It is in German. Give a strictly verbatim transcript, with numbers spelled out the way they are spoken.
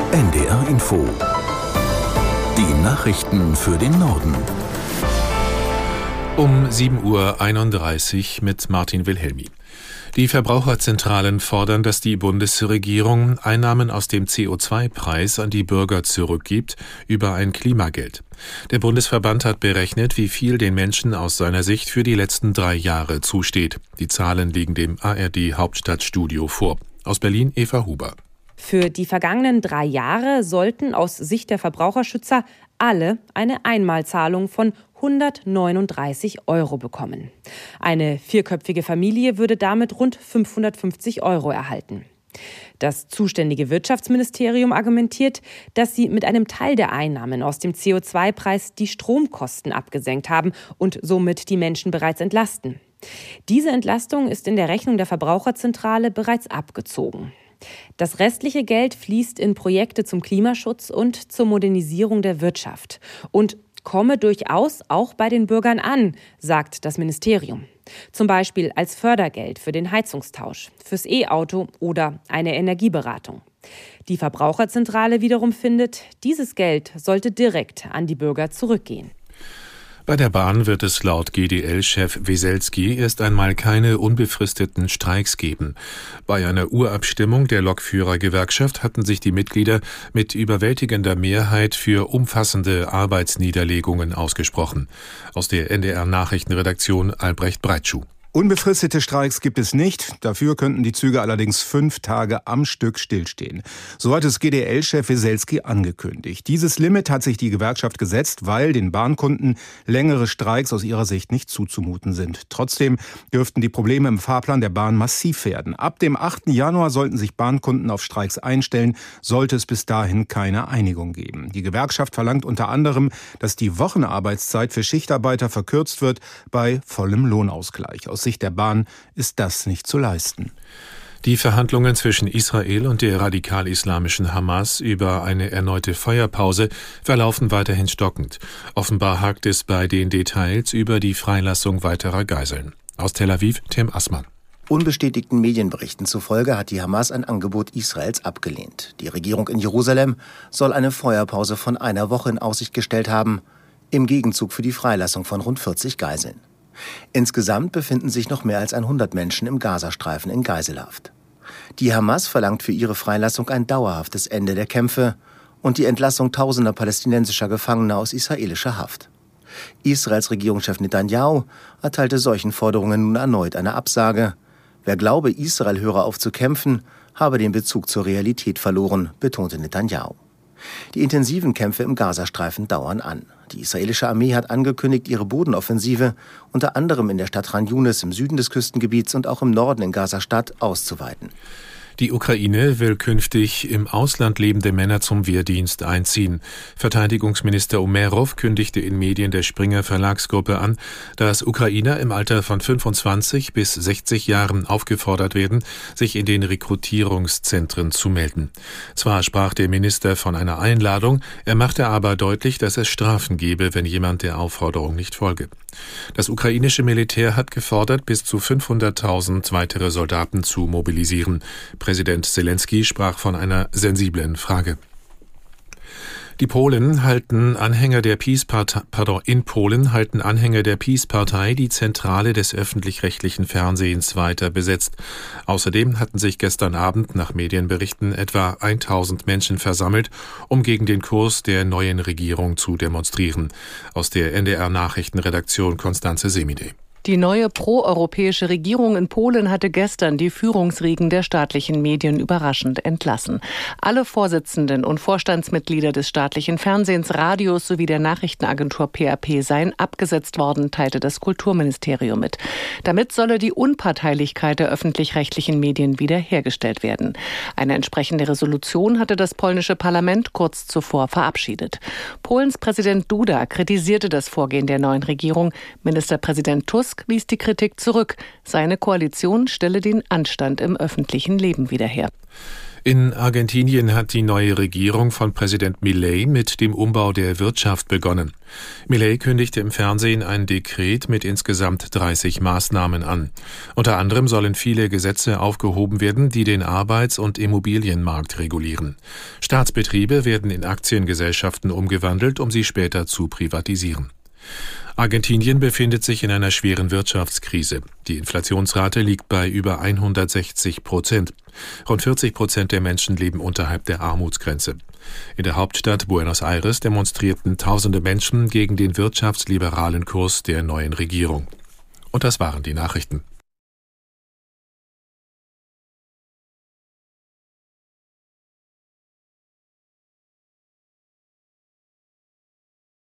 N D R Info. Die Nachrichten für den Norden. Um sieben Uhr einunddreißig mit Martin Wilhelmi. Die Verbraucherzentralen fordern, dass die Bundesregierung Einnahmen aus dem C O zwei Preis an die Bürger zurückgibt über ein Klimageld. Der Bundesverband hat berechnet, wie viel den Menschen aus seiner Sicht für die letzten drei Jahre zusteht. Die Zahlen liegen dem A R D-Hauptstadtstudio vor. Aus Berlin Eva Huber. Für die vergangenen drei Jahre sollten aus Sicht der Verbraucherschützer alle eine Einmalzahlung von hundertneununddreißig Euro bekommen. Eine vierköpfige Familie würde damit rund fünfhundertfünfzig Euro erhalten. Das zuständige Wirtschaftsministerium argumentiert, dass sie mit einem Teil der Einnahmen aus dem C O zwei Preis die Stromkosten abgesenkt haben und somit die Menschen bereits entlasten. Diese Entlastung ist in der Rechnung der Verbraucherzentrale bereits abgezogen. Das restliche Geld fließt in Projekte zum Klimaschutz und zur Modernisierung der Wirtschaft und komme durchaus auch bei den Bürgern an, sagt das Ministerium. Zum Beispiel als Fördergeld für den Heizungstausch, fürs E-Auto oder eine Energieberatung. Die Verbraucherzentrale wiederum findet, dieses Geld sollte direkt an die Bürger zurückgehen. Bei der Bahn wird es laut G D L-Chef Weselski erst einmal keine unbefristeten Streiks geben. Bei einer Urabstimmung der Lokführergewerkschaft hatten sich die Mitglieder mit überwältigender Mehrheit für umfassende Arbeitsniederlegungen ausgesprochen. Aus der N D R-Nachrichtenredaktion Albrecht Breitschuh. Unbefristete Streiks gibt es nicht. Dafür könnten die Züge allerdings fünf Tage am Stück stillstehen. So hat es G D L-Chef Weselski angekündigt. Dieses Limit hat sich die Gewerkschaft gesetzt, weil den Bahnkunden längere Streiks aus ihrer Sicht nicht zuzumuten sind. Trotzdem dürften die Probleme im Fahrplan der Bahn massiv werden. Ab dem achten Januar sollten sich Bahnkunden auf Streiks einstellen, sollte es bis dahin keine Einigung geben. Die Gewerkschaft verlangt unter anderem, dass die Wochenarbeitszeit für Schichtarbeiter verkürzt wird bei vollem Lohnausgleich. Aus Sicht der Bahn ist das nicht zu leisten. Die Verhandlungen zwischen Israel und der radikal-islamischen Hamas über eine erneute Feuerpause verlaufen weiterhin stockend. Offenbar hakt es bei den Details über die Freilassung weiterer Geiseln. Aus Tel Aviv, Tim Assmann. Unbestätigten Medienberichten zufolge hat die Hamas ein Angebot Israels abgelehnt. Die Regierung in Jerusalem soll eine Feuerpause von einer Woche in Aussicht gestellt haben, im Gegenzug für die Freilassung von rund vierzig Geiseln. Insgesamt befinden sich noch mehr als hundert Menschen im Gazastreifen in Geiselhaft. Die Hamas verlangt für ihre Freilassung ein dauerhaftes Ende der Kämpfe und die Entlassung tausender palästinensischer Gefangener aus israelischer Haft. Israels Regierungschef Netanyahu erteilte solchen Forderungen nun erneut eine Absage. Wer glaube, Israel höre auf zu kämpfen, habe den Bezug zur Realität verloren, betonte Netanyahu. Die intensiven Kämpfe im Gazastreifen dauern an. Die israelische Armee hat angekündigt, ihre Bodenoffensive unter anderem in der Stadt Khan Yunis im Süden des Küstengebiets und auch im Norden in Gazastadt auszuweiten. Die Ukraine will künftig im Ausland lebende Männer zum Wehrdienst einziehen. Verteidigungsminister Umerov kündigte in Medien der Springer Verlagsgruppe an, dass Ukrainer im Alter von fünfundzwanzig bis sechzig Jahren aufgefordert werden, sich in den Rekrutierungszentren zu melden. Zwar sprach der Minister von einer Einladung, er machte aber deutlich, dass es Strafen gebe, wenn jemand der Aufforderung nicht folge. Das ukrainische Militär hat gefordert, bis zu fünfhunderttausend weitere Soldaten zu mobilisieren. Präsident Zelensky sprach von einer sensiblen Frage. Die Polen halten Anhänger der Peace-Partei, pardon, in Polen halten Anhänger der Peace-Partei die Zentrale des öffentlich-rechtlichen Fernsehens weiter besetzt. Außerdem hatten sich gestern Abend nach Medienberichten etwa tausend Menschen versammelt, um gegen den Kurs der neuen Regierung zu demonstrieren. Aus der N D R-Nachrichtenredaktion Konstanze Semide. Die neue proeuropäische Regierung in Polen hatte gestern die Führungsriegen der staatlichen Medien überraschend entlassen. Alle Vorsitzenden und Vorstandsmitglieder des staatlichen Fernsehens, Radios sowie der Nachrichtenagentur P R P seien abgesetzt worden, teilte das Kulturministerium mit. Damit solle die Unparteilichkeit der öffentlich-rechtlichen Medien wiederhergestellt werden. Eine entsprechende Resolution hatte das polnische Parlament kurz zuvor verabschiedet. Polens Präsident Duda kritisierte das Vorgehen der neuen Regierung. Ministerpräsident Tusk wies die Kritik zurück. Seine Koalition stelle den Anstand im öffentlichen Leben wieder her. In Argentinien hat die neue Regierung von Präsident Milei mit dem Umbau der Wirtschaft begonnen. Milei kündigte im Fernsehen ein Dekret mit insgesamt dreißig Maßnahmen an. Unter anderem sollen viele Gesetze aufgehoben werden, die den Arbeits- und Immobilienmarkt regulieren. Staatsbetriebe werden in Aktiengesellschaften umgewandelt, um sie später zu privatisieren. Argentinien befindet sich in einer schweren Wirtschaftskrise. Die Inflationsrate liegt bei über hundertsechzig Prozent. Rund vierzig Prozent der Menschen leben unterhalb der Armutsgrenze. In der Hauptstadt Buenos Aires demonstrierten tausende Menschen gegen den wirtschaftsliberalen Kurs der neuen Regierung. Und das waren die Nachrichten.